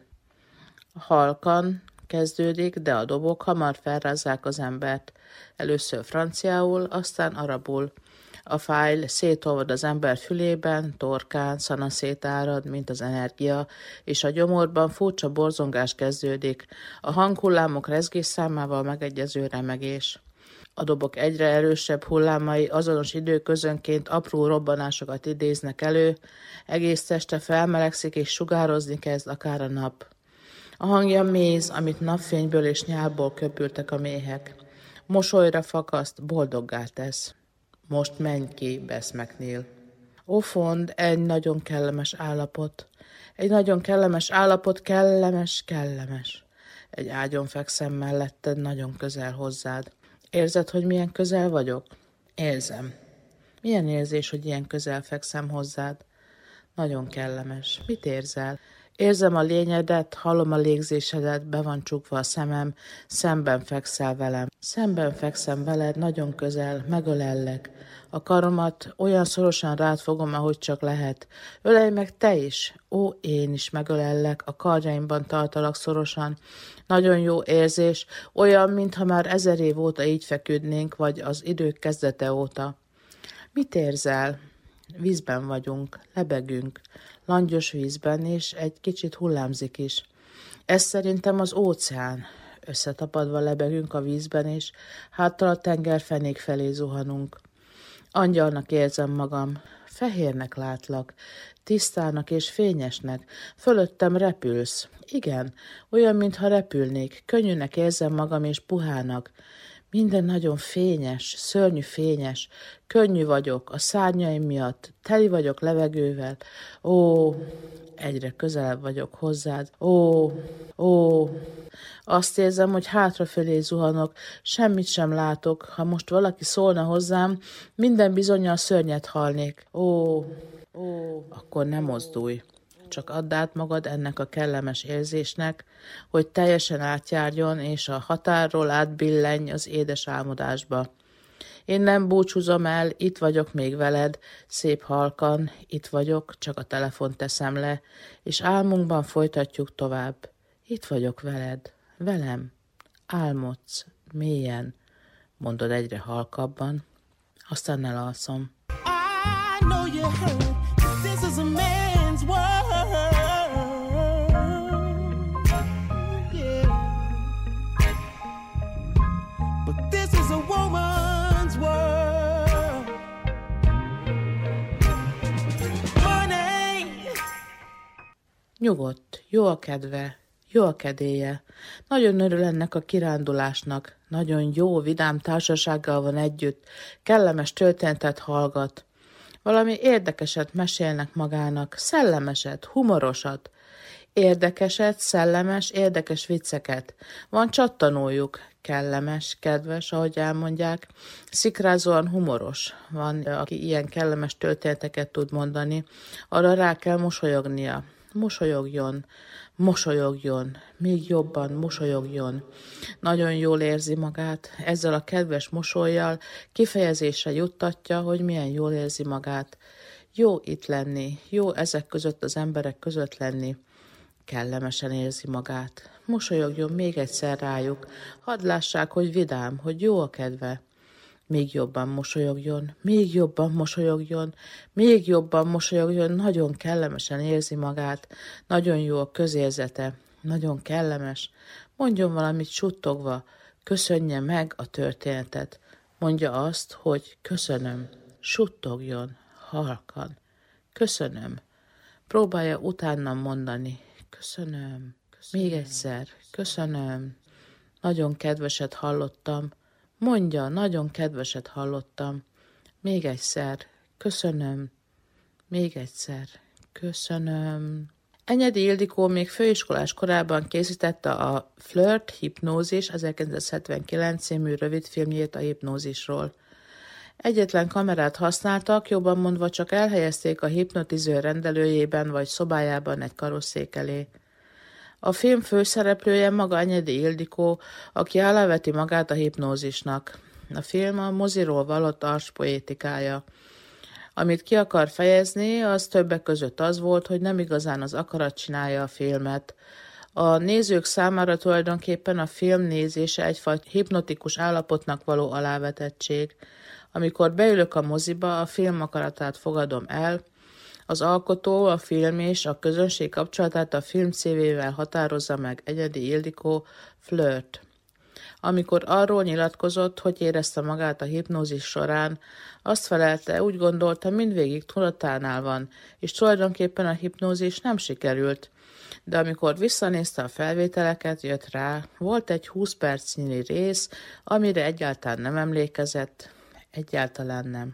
Halkan kezdődik, de a dobok hamar felrázzák az embert. Először franciául, aztán arabul. A fájl szétolvad az ember fülében, torkán, szana szétárad, mint az energia, és a gyomorban furcsa borzongás kezdődik, a hanghullámok rezgés számával megegyező remegés. A dobok egyre erősebb hullámai azonos időközönként apró robbanásokat idéznek elő, egész teste felmelegszik és sugározni kezd akár a nap. A hangja méz, amit napfényből és nyálból köpültek a méhek. Mosolyra fakaszt, boldoggá tesz. Most menj ki, Bess McNeil. Ó, fond, egy nagyon kellemes állapot. Egy nagyon kellemes állapot, kellemes, kellemes. Egy ágyon fekszem melletted, nagyon közel hozzád. Érzed, hogy milyen közel vagyok? Érzem. Milyen érzés, hogy ilyen közel fekszem hozzád? Nagyon kellemes. Mit érzel? Érzem a lényedet, hallom a légzésedet, be van csukva a szemem, szemben fekszel velem. Szemben fekszem veled, nagyon közel, megölellek. A karomat olyan szorosan rád fogom, ahogy csak lehet. Ölelj meg te is, ó, én is megölellek, a karjaimban tartalak szorosan. Nagyon jó érzés, olyan, mintha már ezer év óta így feküdnénk, vagy az idők kezdete óta. Mit érzel? Vízben vagyunk, lebegünk, langyos vízben, és egy kicsit hullámzik is. Ez szerintem az óceán. Összetapadva lebegünk a vízben, és háttal a tengerfenék felé zuhanunk. Angyalnak érzem magam, fehérnek látlak, tisztának és fényesnek, fölöttem repülsz. Igen, olyan, mintha repülnék, könnyűnek érzem magam és puhának. Minden nagyon fényes, szörnyű fényes, könnyű vagyok a szárnyaim miatt, teli vagyok levegővel. Ó, egyre közelebb vagyok hozzád. Ó, ó, azt érzem, hogy hátrafelé zuhanok, semmit sem látok. Ha most valaki szólna hozzám, minden bizonnyal szörnyet halnék. Ó, ó, akkor nem mozdulj. Csak add át magad ennek a kellemes érzésnek, hogy teljesen átjárjon, és a határról átbillenj az édes álmodásba. Én nem búcsúzom el, itt vagyok még veled, szép halkan, itt vagyok, csak a telefont teszem le, és álmunkban folytatjuk tovább. Itt vagyok veled, velem, álmodsz, mélyen, mondod egyre halkabban, aztán elalszom. I know you heard, this is a man's world, yeah. But this is a woman's world. Money Nyugodt, jó a kedve, jó a kedélye. Nagyon örül ennek a kirándulásnak. Nagyon jó, vidám társasággal van együtt. Kellemes történetet hallgat. Valami érdekeset mesélnek magának. Szellemeset, humorosat. Érdekeset, szellemes, érdekes vicceket. Van csattanójuk. Kellemes, kedves, ahogy elmondják. Szikrázóan humoros. Van, aki ilyen kellemes történeteket tud mondani. Arra rá kell mosolyognia. Mosolyogjon, mosolyogjon, még jobban mosolyogjon. Nagyon jól érzi magát, ezzel a kedves mosollyal kifejezésre juttatja, hogy milyen jól érzi magát. Jó itt lenni, jó ezek között az emberek között lenni. Kellemesen érzi magát. Mosolyogjon még egyszer rájuk, hadd lássák, hogy vidám, hogy jó a kedve. Még jobban mosolyogjon, még jobban mosolyogjon, még jobban mosolyogjon, nagyon kellemesen érzi magát, nagyon jó a közérzete, nagyon kellemes. Mondjon valamit suttogva, köszönje meg a történetet. Mondja azt, hogy köszönöm, suttogjon, halkan, köszönöm. Próbálja utánam mondani, köszönöm, köszönöm. Még egyszer, köszönöm, nagyon kedveset hallottam. Mondja, nagyon kedveset hallottam. Még egyszer, köszönöm. Még egyszer, köszönöm. Enyedi Ildikó még főiskolás korában készítette a Flirt, hipnózis ezerkilencszázhetvenkilenc című rövidfilmjét a hipnózisról. Egyetlen kamerát használtak, jobban mondva csak elhelyezték a hipnotiző rendelőjében vagy szobájában egy karosszék elé. A film főszereplője maga Enyedi Ildikó, aki aláveti magát a hipnózisnak. A film a moziról vallott arcspoétikája. Amit ki akar fejezni, az többek között az volt, hogy nem igazán az akarat csinálja a filmet. A nézők számára tulajdonképpen a film nézése egyfajta hipnotikus állapotnak való alávetettség. Amikor beülök a moziba, a film akaratát fogadom el, az alkotó, a film és a közönség kapcsolatát a film címével határozza meg Enyedi Ildikó Flirt. Amikor arról nyilatkozott, hogy érezte magát a hipnózis során, azt felelte, úgy gondolta, mindvégig tudatánál van, és tulajdonképpen a hipnózis nem sikerült. De amikor visszanézte a felvételeket, jött rá, volt egy húsz percnyi rész, amire egyáltalán nem emlékezett, egyáltalán nem.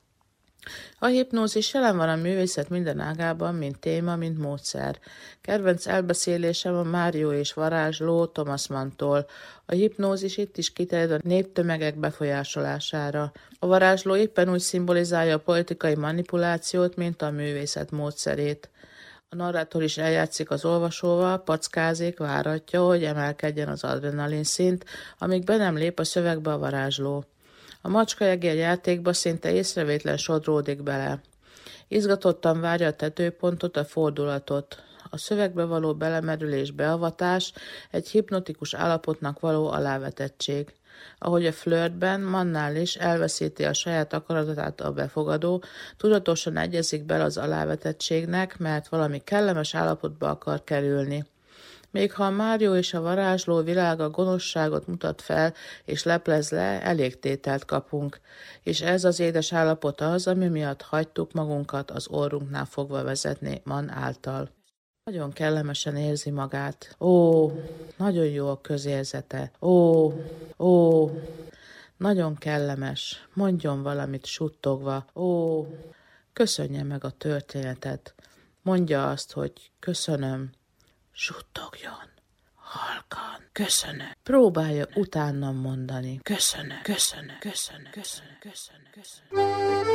A hipnózis jelen van a művészet minden ágában, mint téma, mint módszer. Kedvenc elbeszélésem a Mário és varázsló Thomas Mann-tól. A hipnózis itt is kiterjed a néptömegek befolyásolására. A varázsló éppen úgy szimbolizálja a politikai manipulációt, mint a művészet módszerét. A narrátor is eljátszik az olvasóval, packázik, váratja, hogy emelkedjen az adrenalin szint, amíg be nem lép a szövegbe a varázsló. A macskajegér játékba szinte észrevétlen sodródik bele. Izgatottan várja a tetőpontot, a fordulatot. A szövegbe való belemerülés, beavatás egy hipnotikus állapotnak való alávetettség. Ahogy a Flirtben, Mannál is elveszíti a saját akaratát a befogadó, tudatosan egyezik bele az alávetettségnek, mert valami kellemes állapotba akar kerülni. Még ha a Mário és a varázsló világa gonoszságot mutat fel és leplez le, elég tételt kapunk, és ez az édes állapot az, ami miatt hagytuk magunkat az orrunknál fogva vezetni Mann által. Nagyon kellemesen érzi magát. Ó, nagyon jó a közérzete. Ó, ó, nagyon kellemes. Mondjon valamit suttogva. Ó, köszönje meg a történetet. Mondja azt, hogy köszönöm. Suttogjon, halkan, köszönöm. Próbálja utánam mondani. Köszönöm, köszönöm, köszönöm, köszönöm, köszönöm, köszönöm.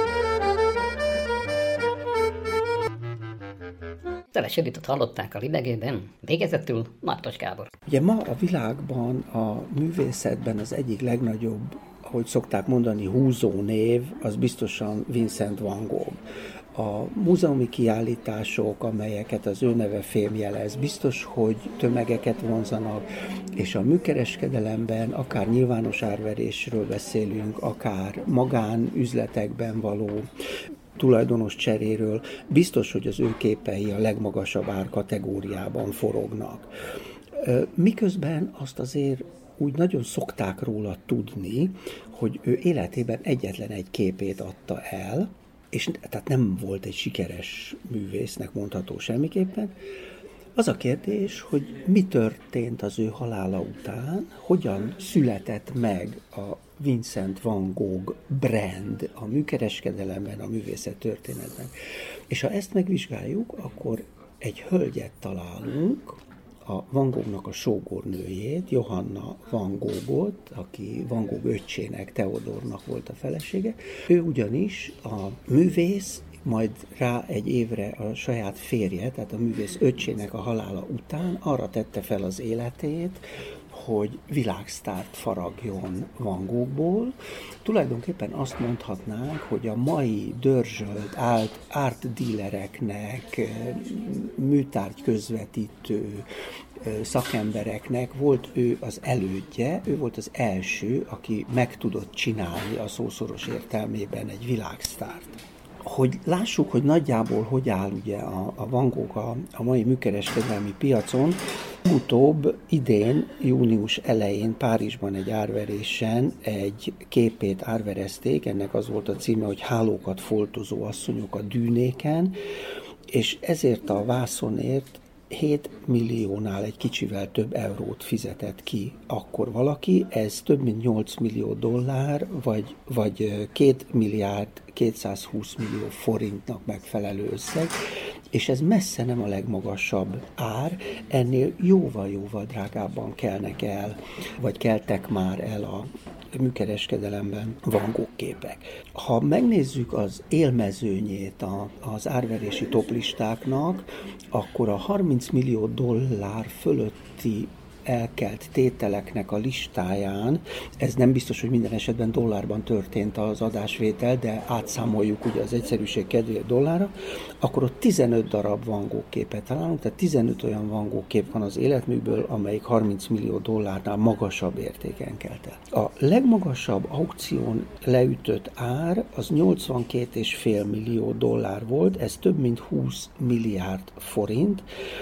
Teles Juditot hallották a Libegőben, végezetül Martos Gábor. Ugye ma a világban, a művészetben az egyik legnagyobb, ahogy szokták mondani, húzó név, az biztosan Vincent van Gogh. A múzeumi kiállítások, amelyeket az ő neve fémjelez, biztos, hogy tömegeket vonzanak, és a műkereskedelemben akár nyilvános árverésről beszélünk, akár magánüzletekben való tulajdonos cseréről, biztos, hogy az ő képei a legmagasabb árkategóriában forognak. Miközben azt azért úgy nagyon szokták róla tudni, hogy ő életében egyetlen egy képét adta el, és tehát nem volt egy sikeres művésznek mondható semmiképpen, Az a kérdés, hogy mi történt az ő halála után, hogyan született meg a Vincent van Gogh brand a műkereskedelemben, a művészet történetben. És ha ezt megvizsgáljuk, akkor egy hölgyet találunk, a Van Goghnak a sógornőjét, Johanna van Goghot, aki Van Gogh öccsének, Theodornak volt a felesége. Ő ugyanis a művész, majd rá egy évre a saját férje, tehát a művész öccsének a halála után arra tette fel az életét, hogy világsztárt faragjon Van Goghból. Tulajdonképpen azt mondhatnánk, hogy a mai dörzsölt art dealereknek, műtárgy közvetítő szakembereknek volt ő az elődje, ő volt az első, aki meg tudott csinálni a szószoros értelmében egy világsztárt. Hogy lássuk, hogy nagyjából hogy áll ugye a, a Van Gogh a, a mai műkereskedelmi piacon, utóbb idén, június elején Párizsban egy árverésen egy képét árverezték, ennek az volt a címe, hogy Hálókat foltozó asszonyok a dűnéken, és ezért a vászonért hét milliónál egy kicsivel több eurót fizetett ki akkor valaki, ez több mint nyolc millió dollár, vagy, vagy két milliárd kétszázhúsz millió forintnak megfelelő összeg, és ez messze nem a legmagasabb ár, ennél jóval-jóval drágábban kelnek el, vagy keltek már el a műkereskedelemben Van Gogh képek. Ha megnézzük az élmezőnyét a, az árverési toplistáknak, akkor a harminc millió dollár fölötti elkelt tételeknek a listáján, ez nem biztos, hogy minden esetben dollárban történt az adásvétel, de átszámoljuk ugye az egyszerűség kedvéért dollárra, akkor ott tizenöt darab Van Gogh képet találunk, tehát tizenöt olyan Van Gogh kép van az életműből, amelyik harminc millió dollárnál magasabb értéken kelt el. A legmagasabb aukción leütött ár az nyolcvankét egész öt millió dollár volt, ez több mint húsz milliárd forint,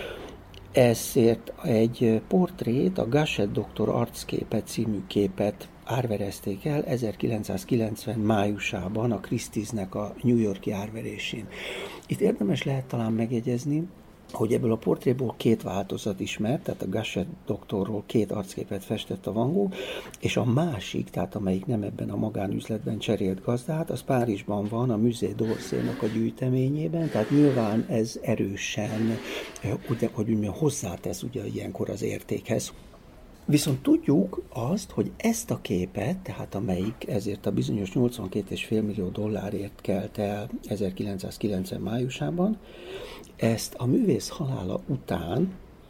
ezért egy portrét, a Gachet doktor arcképe című képet árverezték el ezerkilencszázkilencven májusában a Christie's-nek a New York-i árverésén. Itt érdemes lehet talán megjegyezni, hogy ebből a portréból két változat ismert, tehát a Gachet doktorról két arcképet festett a Van Gogh, és a másik, tehát amelyik nem ebben a magánüzletben cserélt gazdát, az Párizsban van, a Musée d'Orsay-nak a gyűjteményében, tehát nyilván ez erősen, hogy úgy hozzátesz ugye ilyenkor az értékhez. Viszont tudjuk azt, hogy ezt a képet, tehát amelyik ezért a bizonyos nyolcvankét egész öt millió dollárért kelt el ezerkilencszázkilencven májusában, ezt a művész halála után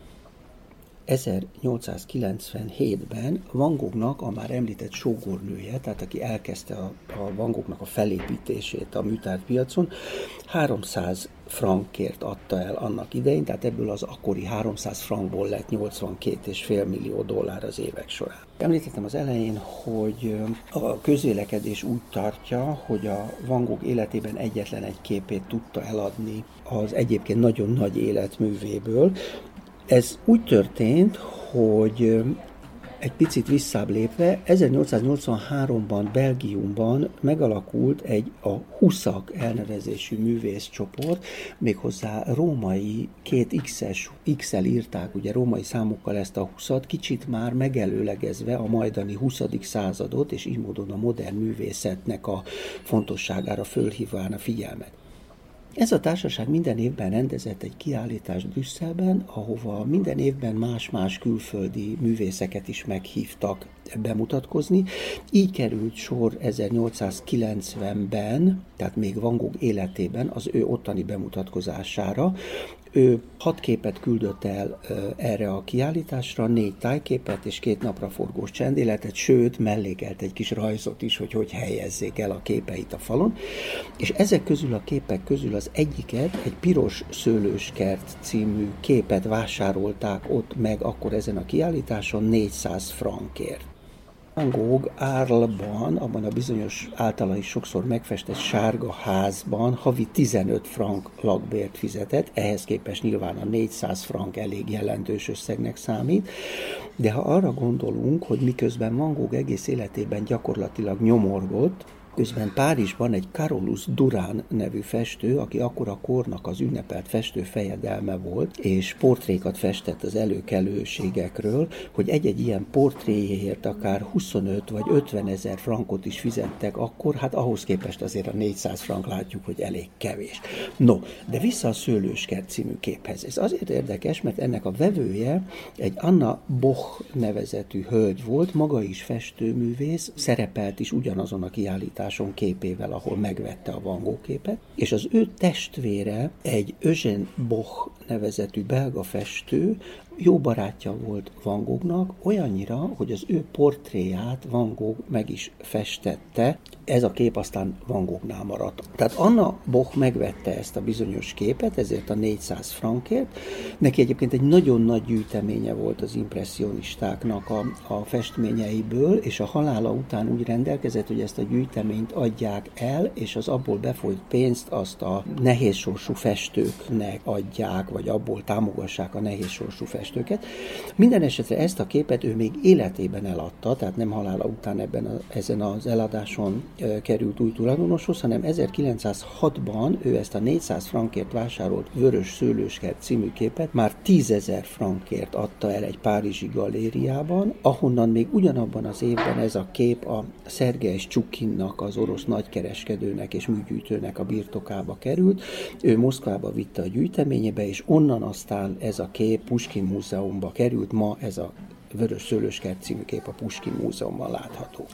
ezernyolcszázkilencvenhétben Van Goghnak a már említett sógornője, tehát aki elkezdte a, a Van Goghnak a felépítését a műtárgypiacon, háromszáz frankért adta el annak idején, tehát ebből az akkori háromszáz frankból lett nyolcvankét egész öt millió dollár az évek során. Említettem az elején, hogy a közvélekedés úgy tartja, hogy a Van Gogh életében egyetlen egy képét tudta eladni az egyébként nagyon nagy életművéből. Ez úgy történt, hogy egy picit visszább lépve, ezernyolcszáznyolcvanháromban Belgiumban megalakult egy a huszak elnevezésű művészcsoport, méghozzá római, két X-es, X-el írták, ugye római számokkal ezt a huszat, kicsit már megelőlegezve a majdani huszadik századot, és így módon a modern művészetnek a fontosságára fölhívván a figyelmet. Ez a társaság minden évben rendezett egy kiállítást Brüsszelben, ahova minden évben más-más külföldi művészeket is meghívtak bemutatkozni. Így került sor ezernyolcszázkilencvenben, tehát még Van Gogh életében az ő ottani bemutatkozására. Ő hat képet küldött el erre a kiállításra, négy tájképet és két napraforgós csendéletet, sőt, mellékelt egy kis rajzot is, hogy hogy helyezzék el a képeit a falon. És ezek közül a képek közül az egyiket, egy Piros szőlőskert című képet vásárolták ott meg akkor ezen a kiállításon négyszáz frankért. Van Gogh Arlesban, abban a bizonyos általa is sokszor megfestett sárga házban havi tizenöt frank lakbért fizetett, ehhez képest nyilván a négyszáz frank elég jelentős összegnek számít, de ha arra gondolunk, hogy miközben Van Gogh egész életében gyakorlatilag nyomorgott, Közben Párizsban egy Carolus Duran nevű festő, aki akkor a kornak az ünnepelt festő fejedelme volt, és portrékat festett az előkelőségekről, hogy egy-egy ilyen portréért akár huszonöt vagy ötven ezer frankot is fizettek akkor, hát ahhoz képest azért a négyszáz frank látjuk, hogy elég kevés. No, de vissza a Szőlőskert című képhez. Ez azért érdekes, mert ennek a vevője egy Anna Boch nevezetű hölgy volt, maga is festőművész, szerepelt is ugyanazon a kiállításon képével, ahol megvette a Van Gogh képet, és az ő testvére egy Eugène Boch nevezetű belga festő, jó barátja volt Van Goghnak, olyannyira, hogy az ő portréját Van Gogh meg is festette, ez a kép aztán Van Goghnál maradt. Tehát Anna Boch megvette ezt a bizonyos képet, ezért a négyszáz frankért. Neki egyébként egy nagyon nagy gyűjteménye volt az impresszionistáknak a, a festményeiből, és a halála után úgy rendelkezett, hogy ezt a gyűjteményt adják el, és az abból befolyt pénzt azt a nehézsorsú festőknek adják, vagy abból támogassák a nehézsorsú festőket. Minden esetre ezt a képet ő még életében eladta, tehát nem halála után ebben a, ezen az eladáson e, került új tulajdonoshoz, hanem ezerkilencszázhatban ő ezt a négyszáz frankért vásárolt Vörös Szőlőskert című képet már tízezer frankért adta el egy párizsi galériában, ahonnan még ugyanabban az évben ez a kép a Szergej Csukinnak, az orosz nagykereskedőnek és műgyűjtőnek a birtokába került. Ő Moszkvába vitte a gyűjteményébe, és onnan aztán ez a kép Puskin Múzeumba került, ma ez a Vörös Szőlőskert című kép a Puskin Múzeumban látható.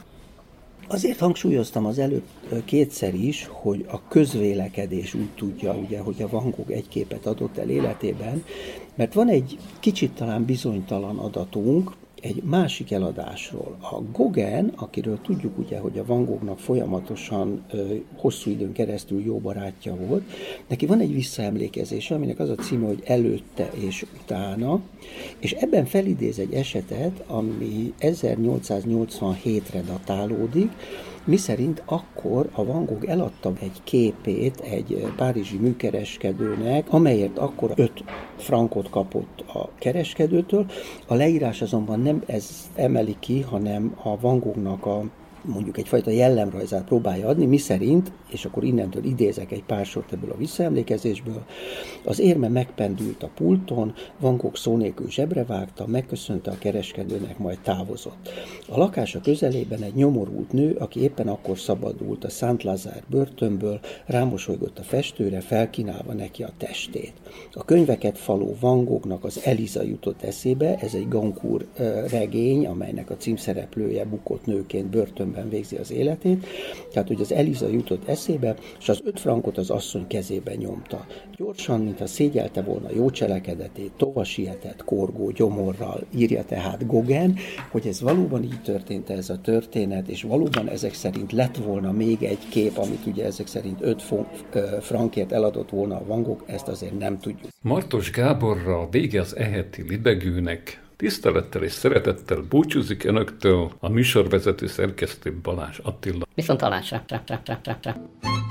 Azért hangsúlyoztam az előbb kétszer is, hogy a közvélekedés úgy tudja, ugye, hogy a Van Gogh egy képet adott el életében, mert van egy kicsit talán bizonytalan adatunk egy másik eladásról. A Gauguin, akiről tudjuk ugye, hogy a Van Goghnak folyamatosan ö, hosszú időn keresztül jó barátja volt, neki van egy visszaemlékezése, aminek az a címe, hogy Előtte és utána, és ebben felidéz egy esetet, ami ezernyolcszáznyolcvanhétre datálódik, miszerint akkor a Van Gogh eladta egy képét egy párizsi műkereskedőnek, amelyért akkor öt frankot kapott a kereskedőtől. A leírás azonban nem ez emeli ki, hanem a Van Goghnak a mondjuk egyfajta jellemrajzát próbálja adni, miszerint, és akkor innentől idézek egy pár sort ebből a visszaemlékezésből, az érme megpendült a pulton, Van Gogh szó nélkül zsebre vágta, megköszönte a kereskedőnek, majd távozott. A lakása közelében egy nyomorult nő, aki éppen akkor szabadult a Saint-Lazare börtönből, rámosolygott a festőre, felkínálva neki a testét. A könyveket faló Van Goghnak az Eliza jutott eszébe, ez egy Goncourt regény, amelynek a címszereplője bukott nőként börtönben végzi az életét, tehát hogy az Eliza jutott eszébe, és az öt frankot az asszony kezébe nyomta. Gyorsan, mintha szégyelte volna jó cselekedetét, tova sietett korgó gyomorral, írja tehát Gauguin, hogy ez valóban így történt ez a történet, és valóban ezek szerint lett volna még egy kép, amit ugye ezek szerint öt frankért eladott volna a Van Gogh, ezt azért nem tudjuk. Martos Gáborra vége az eheti libegőnek. Tisztelettel és szeretettel búcsúzik önöktől a műsorvezető szerkesztő Balázs Attila. Viszont hallásra.